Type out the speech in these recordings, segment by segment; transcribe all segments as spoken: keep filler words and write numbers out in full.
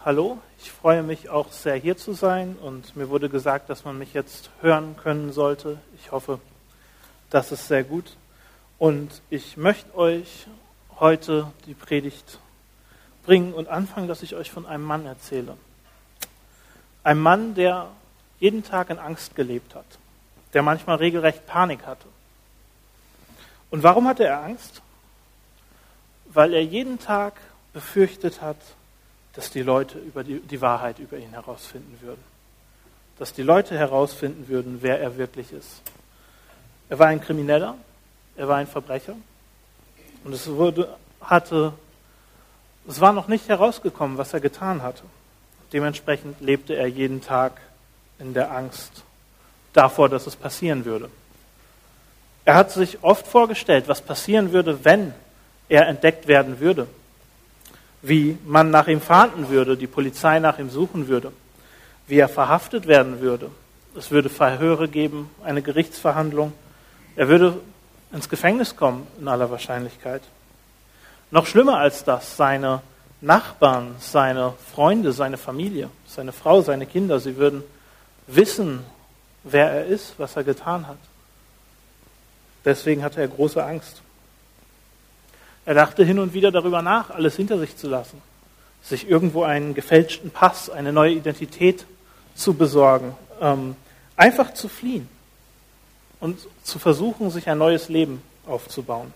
hallo. Ich freue mich auch sehr, hier zu sein und mir wurde gesagt, dass man mich jetzt hören können sollte. Ich hoffe, das ist sehr gut. Und ich möchte euch heute die Predigt bringen und anfangen, dass ich euch von einem Mann erzähle. Ein Mann, der jeden Tag in Angst gelebt hat, der manchmal regelrecht Panik hatte. Und warum hatte er Angst? Weil er jeden Tag befürchtet hat, dass die Leute über die, die Wahrheit über ihn herausfinden würden. Dass die Leute herausfinden würden, wer er wirklich ist. Er war ein Krimineller, er war ein Verbrecher und es wurde, hatte, es war noch nicht herausgekommen, was er getan hatte. Dementsprechend lebte er jeden Tag in der Angst davor, dass es passieren würde. Er hat sich oft vorgestellt, was passieren würde, wenn er entdeckt werden würde. Wie man nach ihm fahnden würde, die Polizei nach ihm suchen würde, wie er verhaftet werden würde. Es würde Verhöre geben, eine Gerichtsverhandlung. Er würde ins Gefängnis kommen, in aller Wahrscheinlichkeit. Noch schlimmer als das, seine Nachbarn, seine Freunde, seine Familie, seine Frau, seine Kinder, sie würden wissen, wer er ist, was er getan hat. Deswegen hatte er große Angst. Er dachte hin und wieder darüber nach, alles hinter sich zu lassen, sich irgendwo einen gefälschten Pass, eine neue Identität zu besorgen, ähm, einfach zu fliehen und zu versuchen, sich ein neues Leben aufzubauen.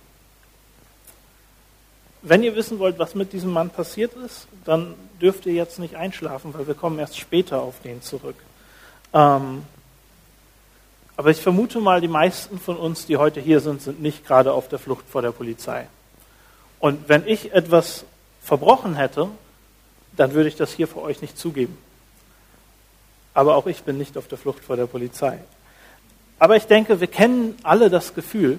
Wenn ihr wissen wollt, was mit diesem Mann passiert ist, dann dürft ihr jetzt nicht einschlafen, weil wir kommen erst später auf den zurück. Ähm, aber ich vermute mal, die meisten von uns, die heute hier sind, sind nicht gerade auf der Flucht vor der Polizei. Und wenn ich etwas verbrochen hätte, dann würde ich das hier für euch nicht zugeben. Aber auch ich bin nicht auf der Flucht vor der Polizei. Aber ich denke, wir kennen alle das Gefühl,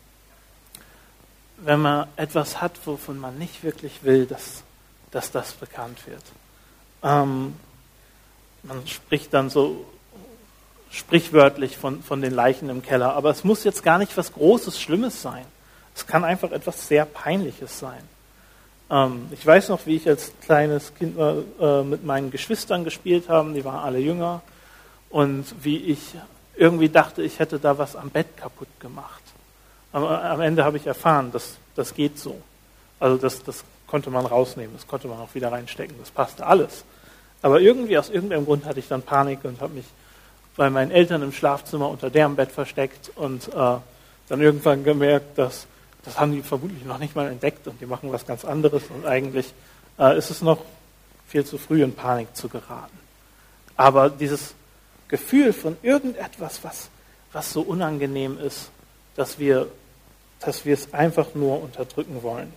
wenn man etwas hat, wovon man nicht wirklich will, dass, dass das bekannt wird. Ähm, man spricht dann so sprichwörtlich von, von den Leichen im Keller, aber es muss jetzt gar nicht was Großes, Schlimmes sein. Es kann einfach etwas sehr Peinliches sein. Ähm, ich weiß noch, wie ich als kleines Kind äh, mit meinen Geschwistern gespielt habe, die waren alle jünger, und wie ich irgendwie dachte, ich hätte da was am Bett kaputt gemacht. Aber am Ende habe ich erfahren, dass das geht so. Also das, das konnte man rausnehmen, das konnte man auch wieder reinstecken, das passte alles. Aber irgendwie, aus irgendeinem Grund hatte ich dann Panik und habe mich bei meinen Eltern im Schlafzimmer unter deren Bett versteckt und äh, dann irgendwann gemerkt, dass das haben die vermutlich noch nicht mal entdeckt und die machen was ganz anderes und eigentlich äh, ist es noch viel zu früh, in Panik zu geraten. Aber dieses Gefühl von irgendetwas, was, was so unangenehm ist, dass wir, dass wir es einfach nur unterdrücken wollen.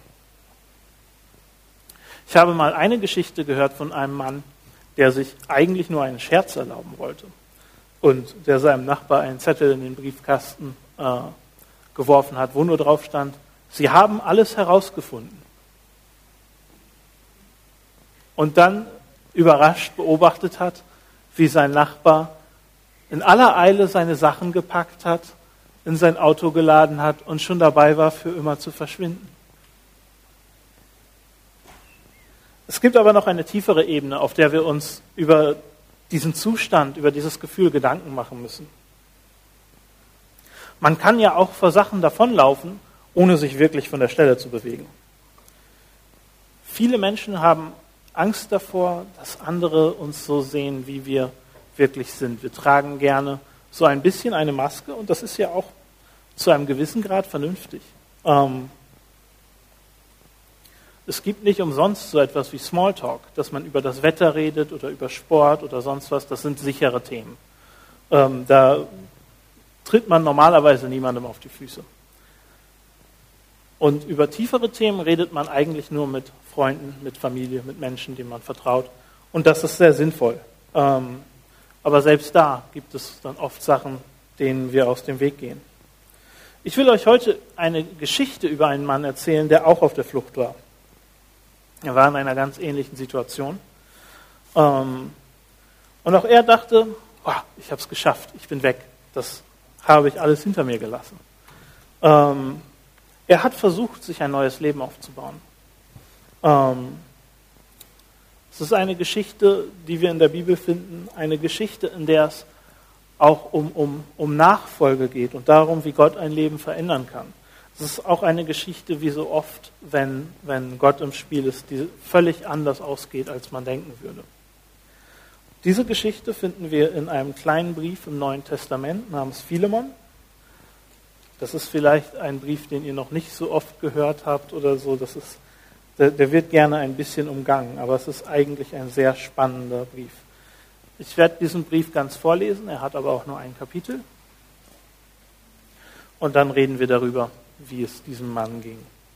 Ich habe mal eine Geschichte gehört von einem Mann, der sich eigentlich nur einen Scherz erlauben wollte und der seinem Nachbar einen Zettel in den Briefkasten äh, geworfen hat, wo nur drauf stand, Sie haben alles herausgefunden. Und dann überrascht beobachtet hat, wie sein Nachbar in aller Eile seine Sachen gepackt hat, in sein Auto geladen hat und schon dabei war, für immer zu verschwinden. Es gibt aber noch eine tiefere Ebene, auf der wir uns über diesen Zustand, über dieses Gefühl Gedanken machen müssen. Man kann ja auch vor Sachen davonlaufen, ohne sich wirklich von der Stelle zu bewegen. Viele Menschen haben Angst davor, dass andere uns so sehen, wie wir wirklich sind. Wir tragen gerne so ein bisschen eine Maske und das ist ja auch zu einem gewissen Grad vernünftig. Ähm, es gibt nicht umsonst so etwas wie Smalltalk, dass man über das Wetter redet oder über Sport oder sonst was. Das sind sichere Themen. Ähm, da tritt man normalerweise niemandem auf die Füße. Und über tiefere Themen redet man eigentlich nur mit Freunden, mit Familie, mit Menschen, denen man vertraut. Und das ist sehr sinnvoll. Ähm, aber selbst da gibt es dann oft Sachen, denen wir aus dem Weg gehen. Ich will euch heute eine Geschichte über einen Mann erzählen, der auch auf der Flucht war. Er war in einer ganz ähnlichen Situation. Ähm, und auch er dachte, oh, ich habe es geschafft, ich bin weg. Das habe ich alles hinter mir gelassen. Ähm, er hat versucht, sich ein neues Leben aufzubauen. Ähm, Es ist eine Geschichte, die wir in der Bibel finden, eine Geschichte, in der es auch um, um, um Nachfolge geht und darum, wie Gott ein Leben verändern kann. Es ist auch eine Geschichte, wie so oft, wenn, wenn Gott im Spiel ist, die völlig anders ausgeht, als man denken würde. Diese Geschichte finden wir in einem kleinen Brief im Neuen Testament namens Philemon. Das ist vielleicht ein Brief, den ihr noch nicht so oft gehört habt oder so. Das ist, der, der wird gerne ein bisschen umgangen, aber es ist eigentlich ein sehr spannender Brief. Ich werde diesen Brief ganz vorlesen, er hat aber auch nur ein Kapitel. Und dann reden wir darüber, wie es diesem Mann ging.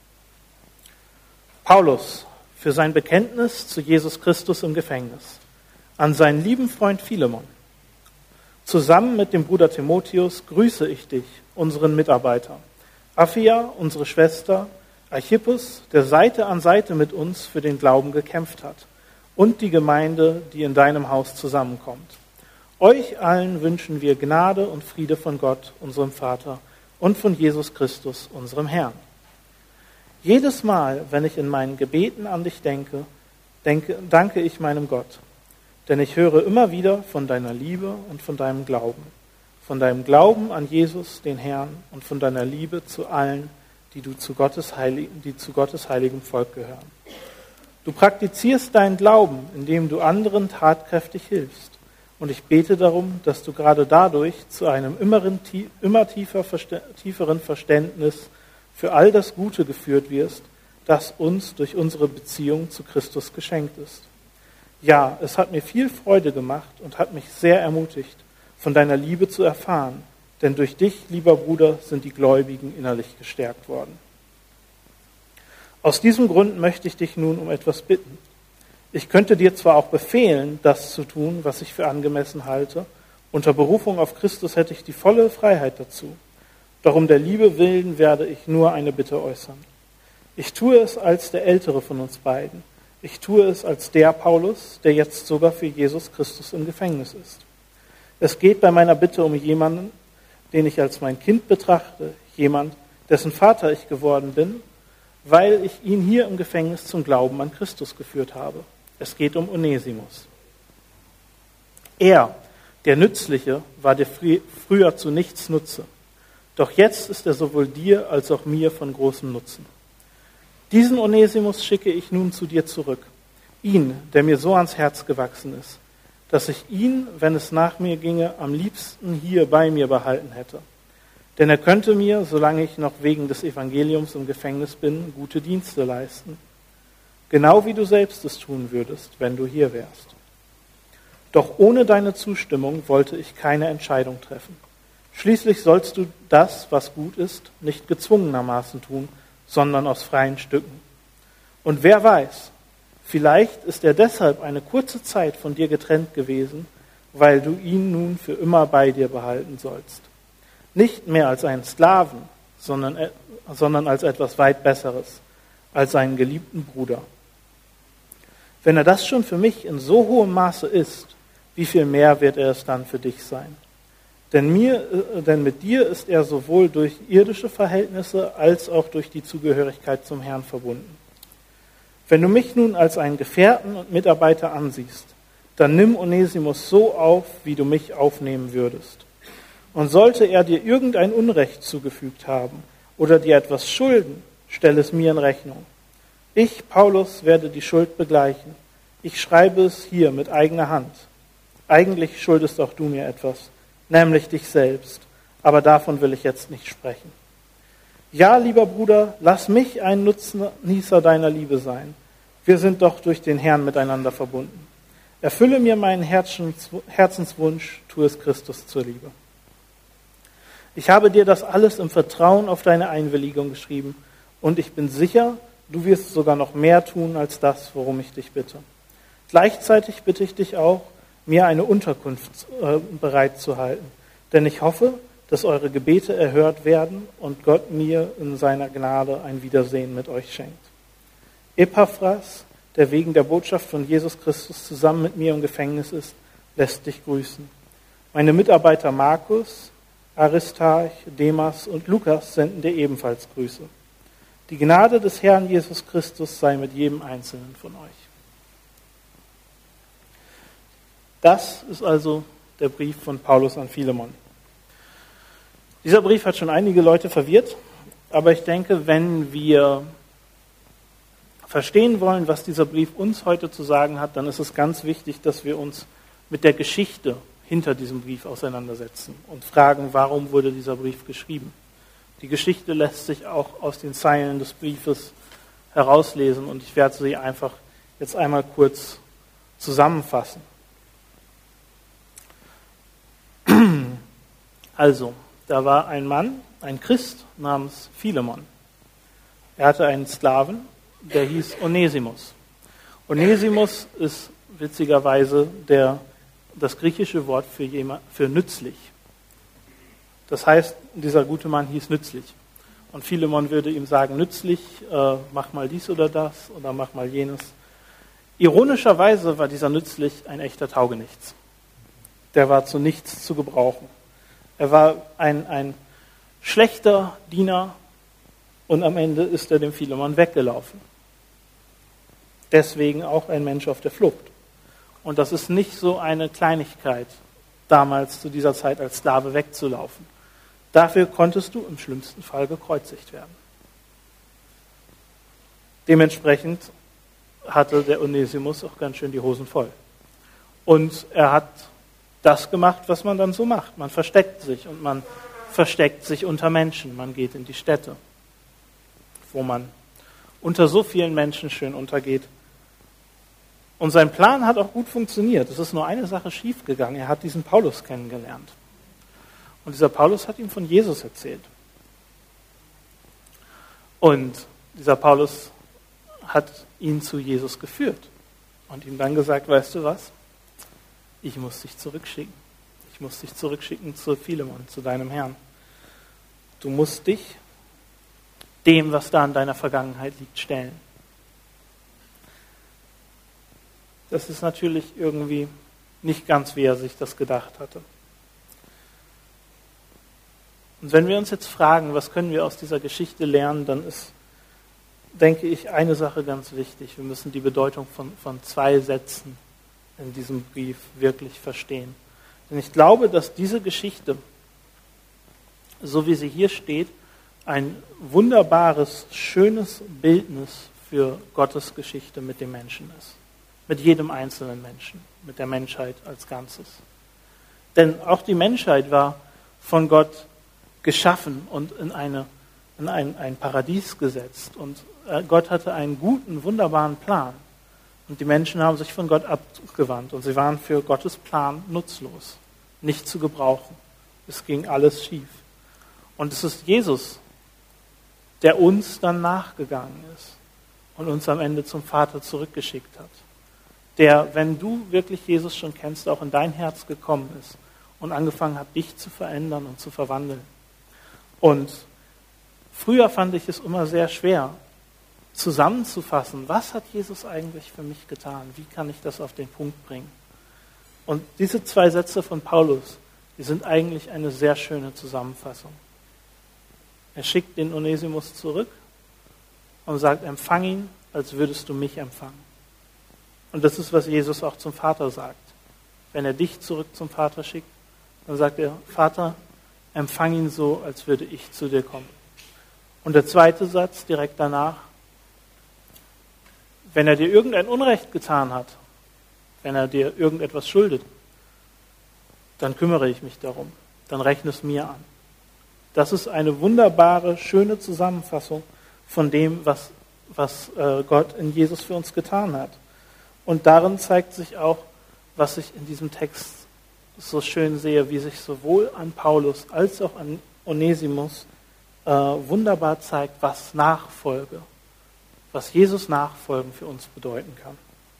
Paulus, für sein Bekenntnis zu Jesus Christus im Gefängnis, an seinen lieben Freund Philemon. Zusammen mit dem Bruder Timotheus grüße ich dich, unseren Mitarbeiter, Apphia, unsere Schwester, Archippus, der Seite an Seite mit uns für den Glauben gekämpft hat, und die Gemeinde, die in deinem Haus zusammenkommt. Euch allen wünschen wir Gnade und Friede von Gott, unserem Vater, und von Jesus Christus, unserem Herrn. Jedes Mal, wenn ich in meinen Gebeten an dich denke, denke, danke ich meinem Gott. Denn ich höre immer wieder von deiner Liebe und von deinem Glauben. Von deinem Glauben an Jesus, den Herrn, und von deiner Liebe zu allen, die, du zu, Gottes Heilig- die zu Gottes heiligem Volk gehören. Du praktizierst deinen Glauben, indem du anderen tatkräftig hilfst. Und ich bete darum, dass du gerade dadurch zu einem immer tiefer, tieferen Verständnis für all das Gute geführt wirst, das uns durch unsere Beziehung zu Christus geschenkt ist. Ja, es hat mir viel Freude gemacht und hat mich sehr ermutigt, von deiner Liebe zu erfahren, denn durch dich, lieber Bruder, sind die Gläubigen innerlich gestärkt worden. Aus diesem Grund möchte ich dich nun um etwas bitten. Ich könnte dir zwar auch befehlen, das zu tun, was ich für angemessen halte. Unter Berufung auf Christus hätte ich die volle Freiheit dazu. Doch um der Liebe willen werde ich nur eine Bitte äußern. Ich tue es als der Ältere von uns beiden. Ich tue es als der Paulus, der jetzt sogar für Jesus Christus im Gefängnis ist. Es geht bei meiner Bitte um jemanden, den ich als mein Kind betrachte, jemand, dessen Vater ich geworden bin, weil ich ihn hier im Gefängnis zum Glauben an Christus geführt habe. Es geht um Onesimus. Er, der Nützliche, war dir früher zu nichts Nutze. Doch jetzt ist er sowohl dir als auch mir von großem Nutzen. Diesen Onesimus schicke ich nun zu dir zurück. Ihn, der mir so ans Herz gewachsen ist, dass ich ihn, wenn es nach mir ginge, am liebsten hier bei mir behalten hätte. Denn er könnte mir, solange ich noch wegen des Evangeliums im Gefängnis bin, gute Dienste leisten. Genau wie du selbst es tun würdest, wenn du hier wärst. Doch ohne deine Zustimmung wollte ich keine Entscheidung treffen. Schließlich sollst du das, was gut ist, nicht gezwungenermaßen tun, sondern aus freien Stücken. Und wer weiß, vielleicht ist er deshalb eine kurze Zeit von dir getrennt gewesen, weil du ihn nun für immer bei dir behalten sollst. Nicht mehr als einen Sklaven, sondern, sondern als etwas weit Besseres, als einen geliebten Bruder. Wenn er das schon für mich in so hohem Maße ist, wie viel mehr wird er es dann für dich sein? Denn, mir, denn mit dir ist er sowohl durch irdische Verhältnisse als auch durch die Zugehörigkeit zum Herrn verbunden. Wenn du mich nun als einen Gefährten und Mitarbeiter ansiehst, dann nimm Onesimus so auf, wie du mich aufnehmen würdest. Und sollte er dir irgendein Unrecht zugefügt haben oder dir etwas schulden, stell es mir in Rechnung. Ich, Paulus, werde die Schuld begleichen. Ich schreibe es hier mit eigener Hand. Eigentlich schuldest auch du mir etwas, nämlich dich selbst, aber davon will ich jetzt nicht sprechen. Ja, lieber Bruder, lass mich ein Nutznießer deiner Liebe sein. Wir sind doch durch den Herrn miteinander verbunden. Erfülle mir meinen Herzenswunsch, tu es Christus zur Liebe. Ich habe dir das alles im Vertrauen auf deine Einwilligung geschrieben und ich bin sicher, du wirst sogar noch mehr tun als das, worum ich dich bitte. Gleichzeitig bitte ich dich auch, mir eine Unterkunft äh, bereitzuhalten, denn ich hoffe, dass eure Gebete erhört werden und Gott mir in seiner Gnade ein Wiedersehen mit euch schenkt. Epaphras, der wegen der Botschaft von Jesus Christus zusammen mit mir im Gefängnis ist, lässt dich grüßen. Meine Mitarbeiter Markus, Aristarch, Demas und Lukas senden dir ebenfalls Grüße. Die Gnade des Herrn Jesus Christus sei mit jedem Einzelnen von euch. Das ist also der Brief von Paulus an Philemon. Dieser Brief hat schon einige Leute verwirrt, aber ich denke, wenn wir verstehen wollen, was dieser Brief uns heute zu sagen hat, dann ist es ganz wichtig, dass wir uns mit der Geschichte hinter diesem Brief auseinandersetzen und fragen, warum wurde dieser Brief geschrieben. Die Geschichte lässt sich auch aus den Zeilen des Briefes herauslesen und ich werde sie einfach jetzt einmal kurz zusammenfassen. Also, da war ein Mann, ein Christ namens Philemon. Er hatte einen Sklaven, der hieß Onesimus. Onesimus ist witzigerweise der, das griechische Wort für, jemand, für nützlich. Das heißt, dieser gute Mann hieß nützlich. Und Philemon würde ihm sagen, nützlich, äh, mach mal dies oder das oder mach mal jenes. Ironischerweise war dieser nützlich ein echter Taugenichts. Der war zu nichts zu gebrauchen. Er war ein, ein schlechter Diener und am Ende ist er dem Philemon weggelaufen. Deswegen auch ein Mensch auf der Flucht. Und das ist nicht so eine Kleinigkeit, damals zu dieser Zeit als Sklave wegzulaufen. Dafür konntest du im schlimmsten Fall gekreuzigt werden. Dementsprechend hatte der Onesimus auch ganz schön die Hosen voll. Und er hat das gemacht, was man dann so macht. Man versteckt sich und man versteckt sich unter Menschen. Man geht in die Städte, wo man unter so vielen Menschen schön untergeht. Und sein Plan hat auch gut funktioniert. Es ist nur eine Sache schiefgegangen. Er hat diesen Paulus kennengelernt. Und dieser Paulus hat ihm von Jesus erzählt. Und dieser Paulus hat ihn zu Jesus geführt und ihm dann gesagt, weißt du was? Ich muss dich zurückschicken. Ich muss dich zurückschicken zu Philemon, zu deinem Herrn. Du musst dich dem, was da in deiner Vergangenheit liegt, stellen. Das ist natürlich irgendwie nicht ganz, wie er sich das gedacht hatte. Und wenn wir uns jetzt fragen, was können wir aus dieser Geschichte lernen, dann ist, denke ich, eine Sache ganz wichtig. Wir müssen die Bedeutung von, von zwei Sätzen in diesem Brief wirklich verstehen. Denn ich glaube, dass diese Geschichte, so wie sie hier steht, ein wunderbares, schönes Bildnis für Gottes Geschichte mit dem Menschen ist. Mit jedem einzelnen Menschen, mit der Menschheit als Ganzes. Denn auch die Menschheit war von Gott geschaffen und in, eine, in ein, ein Paradies gesetzt. Und Gott hatte einen guten, wunderbaren Plan. Und die Menschen haben sich von Gott abgewandt und sie waren für Gottes Plan nutzlos, nicht zu gebrauchen. Es ging alles schief. Und es ist Jesus, der uns dann nachgegangen ist und uns am Ende zum Vater zurückgeschickt hat. Der, wenn du wirklich Jesus schon kennst, auch in dein Herz gekommen ist und angefangen hat, dich zu verändern und zu verwandeln. Und früher fand ich es immer sehr schwer, zusammenzufassen, was hat Jesus eigentlich für mich getan? Wie kann ich das auf den Punkt bringen? Und diese zwei Sätze von Paulus, die sind eigentlich eine sehr schöne Zusammenfassung. Er schickt den Onesimus zurück und sagt, empfang ihn, als würdest du mich empfangen. Und das ist, was Jesus auch zum Vater sagt. Wenn er dich zurück zum Vater schickt, dann sagt er, Vater, empfang ihn so, als würde ich zu dir kommen. Und der zweite Satz direkt danach, wenn er dir irgendein Unrecht getan hat, wenn er dir irgendetwas schuldet, dann kümmere ich mich darum, dann rechne es mir an. Das ist eine wunderbare, schöne Zusammenfassung von dem, was, was Gott in Jesus für uns getan hat. Und darin zeigt sich auch, was ich in diesem Text so schön sehe, wie sich sowohl an Paulus als auch an Onesimus äh, wunderbar zeigt, was Nachfolge, was Jesus Nachfolgen für uns bedeuten kann.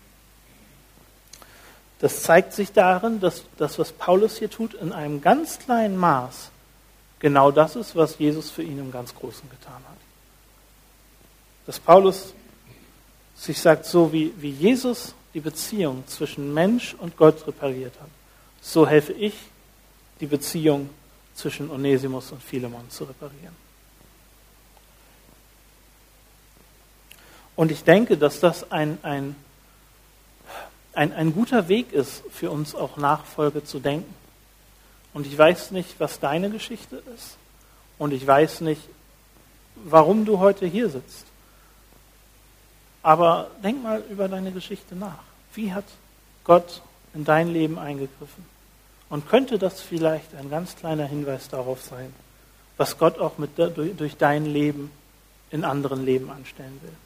Das zeigt sich darin, dass das, was Paulus hier tut, in einem ganz kleinen Maß genau das ist, was Jesus für ihn im ganz Großen getan hat. Dass Paulus sich sagt, so wie, wie Jesus die Beziehung zwischen Mensch und Gott repariert hat, so helfe ich, die Beziehung zwischen Onesimus und Philemon zu reparieren. Und ich denke, dass das ein, ein, ein, ein guter Weg ist, für uns auch Nachfolge zu denken. Und ich weiß nicht, was deine Geschichte ist. Und ich weiß nicht, warum du heute hier sitzt. Aber denk mal über deine Geschichte nach. Wie hat Gott in dein Leben eingegriffen? Und könnte das vielleicht ein ganz kleiner Hinweis darauf sein, was Gott auch mit, durch dein Leben in anderen Leben anstellen will?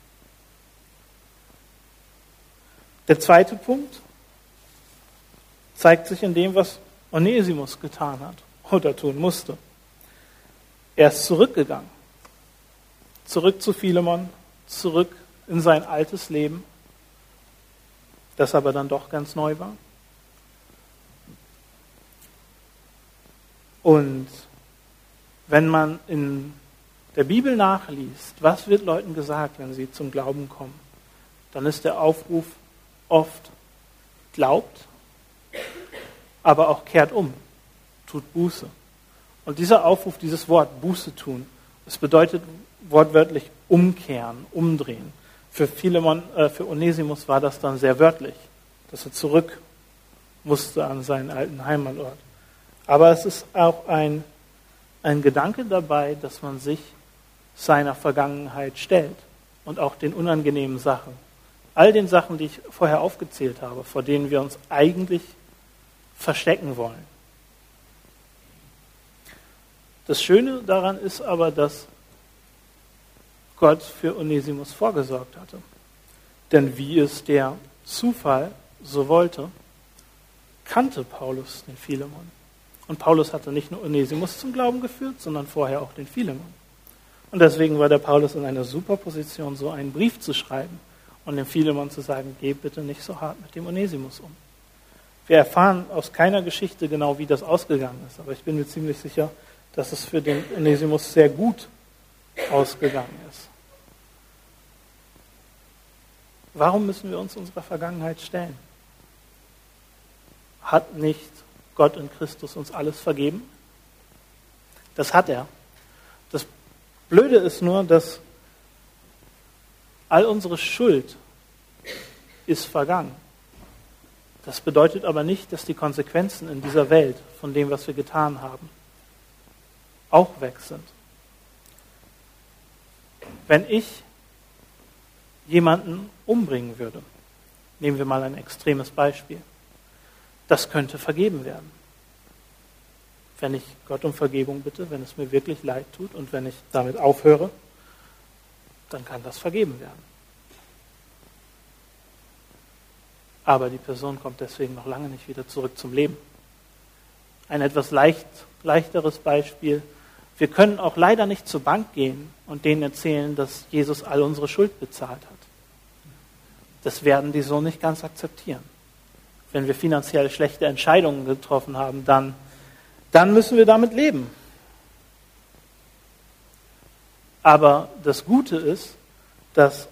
Der zweite Punkt zeigt sich in dem, was Onesimus getan hat oder tun musste. Er ist zurückgegangen. Zurück zu Philemon, zurück in sein altes Leben, das aber dann doch ganz neu war. Und wenn man in der Bibel nachliest, was wird Leuten gesagt, wenn sie zum Glauben kommen, dann ist der Aufruf oft: glaubt, aber auch kehrt um, tut Buße. Und dieser Aufruf, dieses Wort Buße tun, es bedeutet wortwörtlich umkehren, umdrehen. Für Philemon, äh, für Onesimus war das dann sehr wörtlich, dass er zurück musste an seinen alten Heimatort. Aber es ist auch ein, ein Gedanke dabei, dass man sich seiner Vergangenheit stellt und auch den unangenehmen Sachen. All den Sachen, die ich vorher aufgezählt habe, vor denen wir uns eigentlich verstecken wollen. Das Schöne daran ist aber, dass Gott für Onesimus vorgesorgt hatte. Denn wie es der Zufall so wollte, kannte Paulus den Philemon. Und Paulus hatte nicht nur Onesimus zum Glauben geführt, sondern vorher auch den Philemon. Und deswegen war der Paulus in einer super Position, so einen Brief zu schreiben und dem Philemon zu sagen: geh bitte nicht so hart mit dem Onesimus um. Wir erfahren aus keiner Geschichte genau, wie das ausgegangen ist, aber ich bin mir ziemlich sicher, dass es für den Onesimus sehr gut ausgegangen ist. Warum müssen wir uns unserer Vergangenheit stellen? Hat nicht Gott in Christus uns alles vergeben? Das hat er. Das Blöde ist nur, dass all unsere Schuld ist vergangen. Das bedeutet aber nicht, dass die Konsequenzen in dieser Welt von dem, was wir getan haben, auch weg sind. Wenn ich jemanden umbringen würde, nehmen wir mal ein extremes Beispiel, das könnte vergeben werden. Wenn ich Gott um Vergebung bitte, wenn es mir wirklich leid tut und wenn ich damit aufhöre, dann kann das vergeben werden. Aber die Person kommt deswegen noch lange nicht wieder zurück zum Leben. Ein etwas leicht, leichteres Beispiel: Wir können auch leider nicht zur Bank gehen und denen erzählen, dass Jesus all unsere Schuld bezahlt hat. Das werden die so nicht ganz akzeptieren. Wenn wir finanziell schlechte Entscheidungen getroffen haben, dann, dann müssen wir damit leben. Aber das Gute ist, dass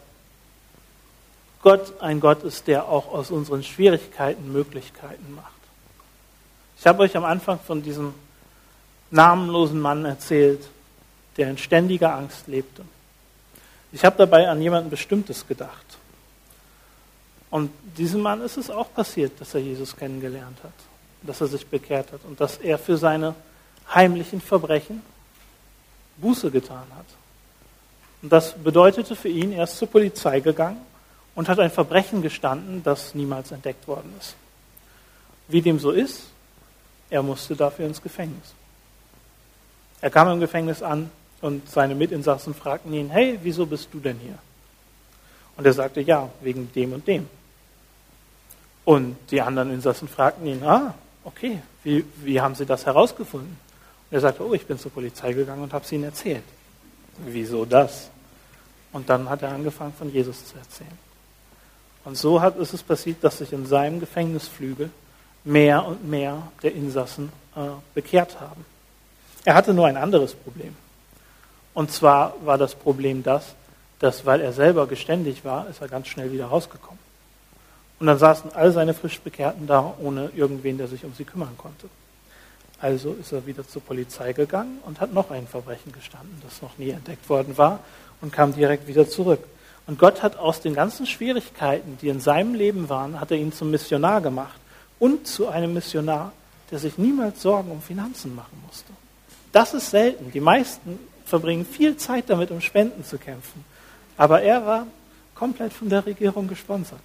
Gott ein Gott ist, der auch aus unseren Schwierigkeiten Möglichkeiten macht. Ich habe euch am Anfang von diesem namenlosen Mann erzählt, der in ständiger Angst lebte. Ich habe dabei an jemanden Bestimmtes gedacht. Und diesem Mann ist es auch passiert, dass er Jesus kennengelernt hat, dass er sich bekehrt hat und dass er für seine heimlichen Verbrechen Buße getan hat. Und das bedeutete für ihn, er ist zur Polizei gegangen und hat ein Verbrechen gestanden, das niemals entdeckt worden ist. Wie dem so ist, er musste dafür ins Gefängnis. Er kam im Gefängnis an und seine Mitinsassen fragten ihn: Hey, wieso bist du denn hier? Und er sagte: Ja, wegen dem und dem. Und die anderen Insassen fragten ihn: Ah, okay, wie, wie haben Sie das herausgefunden? Und er sagte: Oh, ich bin zur Polizei gegangen und habe es ihnen erzählt. Wieso das? Und dann hat er angefangen, von Jesus zu erzählen. Und so hat, ist es passiert, dass sich in seinem Gefängnisflügel mehr und mehr der Insassen äh, bekehrt haben. Er hatte nur ein anderes Problem. Und zwar war das Problem das, dass, weil er selber geständig war, ist er ganz schnell wieder rausgekommen. Und dann saßen all seine frisch Bekehrten da, ohne irgendwen, der sich um sie kümmern konnte. Also ist er wieder zur Polizei gegangen und hat noch ein Verbrechen gestanden, das noch nie entdeckt worden war, und kam direkt wieder zurück. Und Gott hat aus den ganzen Schwierigkeiten, die in seinem Leben waren, hat er ihn zum Missionar gemacht und zu einem Missionar, der sich niemals Sorgen um Finanzen machen musste. Das ist selten. Die meisten verbringen viel Zeit damit, um Spenden zu kämpfen. Aber er war komplett von der Regierung gesponsert.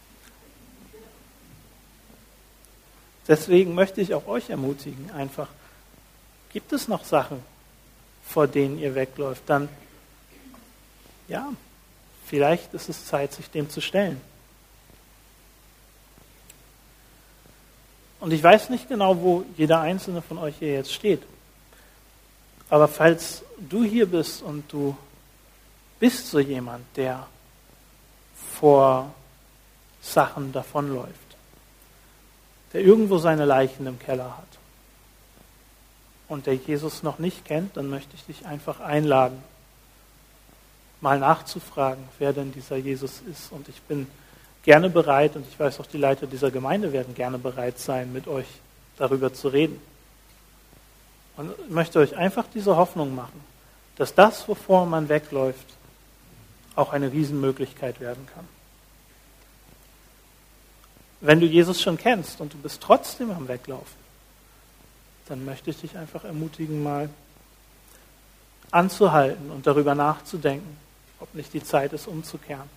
Deswegen möchte ich auch euch ermutigen, einfach, gibt es noch Sachen, vor denen ihr wegläuft, dann, ja, vielleicht ist es Zeit, sich dem zu stellen. Und ich weiß nicht genau, wo jeder einzelne von euch hier jetzt steht. Aber falls du hier bist und du bist so jemand, der vor Sachen davonläuft, der irgendwo seine Leichen im Keller hat und der Jesus noch nicht kennt, dann möchte ich dich einfach einladen, mal nachzufragen, wer denn dieser Jesus ist. Und ich bin gerne bereit, und ich weiß auch, die Leiter dieser Gemeinde werden gerne bereit sein, mit euch darüber zu reden. Und ich möchte euch einfach diese Hoffnung machen, dass das, wovor man wegläuft, auch eine Riesenmöglichkeit werden kann. Wenn du Jesus schon kennst und du bist trotzdem am Weglaufen, dann möchte ich dich einfach ermutigen, mal anzuhalten und darüber nachzudenken, ob nicht die Zeit ist, umzukehren.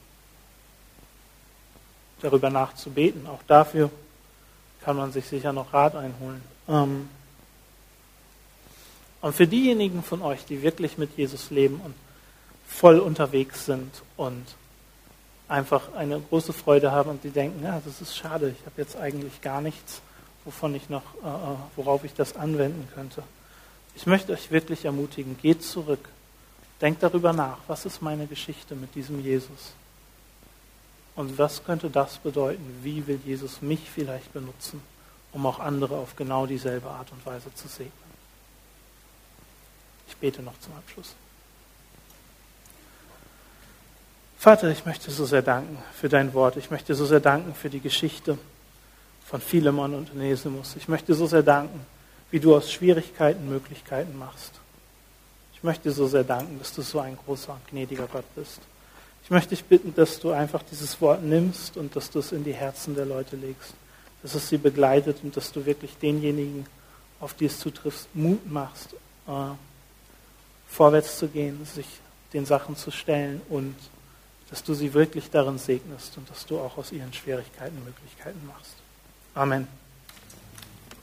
Darüber nachzubeten. Auch dafür kann man sich sicher noch Rat einholen. Und für diejenigen von euch, die wirklich mit Jesus leben und voll unterwegs sind und einfach eine große Freude haben und die denken, ja, das ist schade, ich habe jetzt eigentlich gar nichts, wovon ich noch, äh, worauf ich das anwenden könnte. Ich möchte euch wirklich ermutigen, geht zurück, denkt darüber nach, was ist meine Geschichte mit diesem Jesus? Und was könnte das bedeuten? Wie will Jesus mich vielleicht benutzen, um auch andere auf genau dieselbe Art und Weise zu segnen? Ich bete noch zum Abschluss. Vater, ich möchte so sehr danken für dein Wort. Ich möchte so sehr danken für die Geschichte von Philemon und Onesimus. Ich möchte so sehr danken, wie du aus Schwierigkeiten Möglichkeiten machst. Ich möchte so sehr danken, dass du so ein großer und gnädiger Gott bist. Ich möchte dich bitten, dass du einfach dieses Wort nimmst und dass du es in die Herzen der Leute legst, dass es sie begleitet und dass du wirklich denjenigen, auf die es zutrifft, Mut machst, äh, vorwärts zu gehen, sich den Sachen zu stellen und dass du sie wirklich darin segnest und dass du auch aus ihren Schwierigkeiten Möglichkeiten machst. Amen.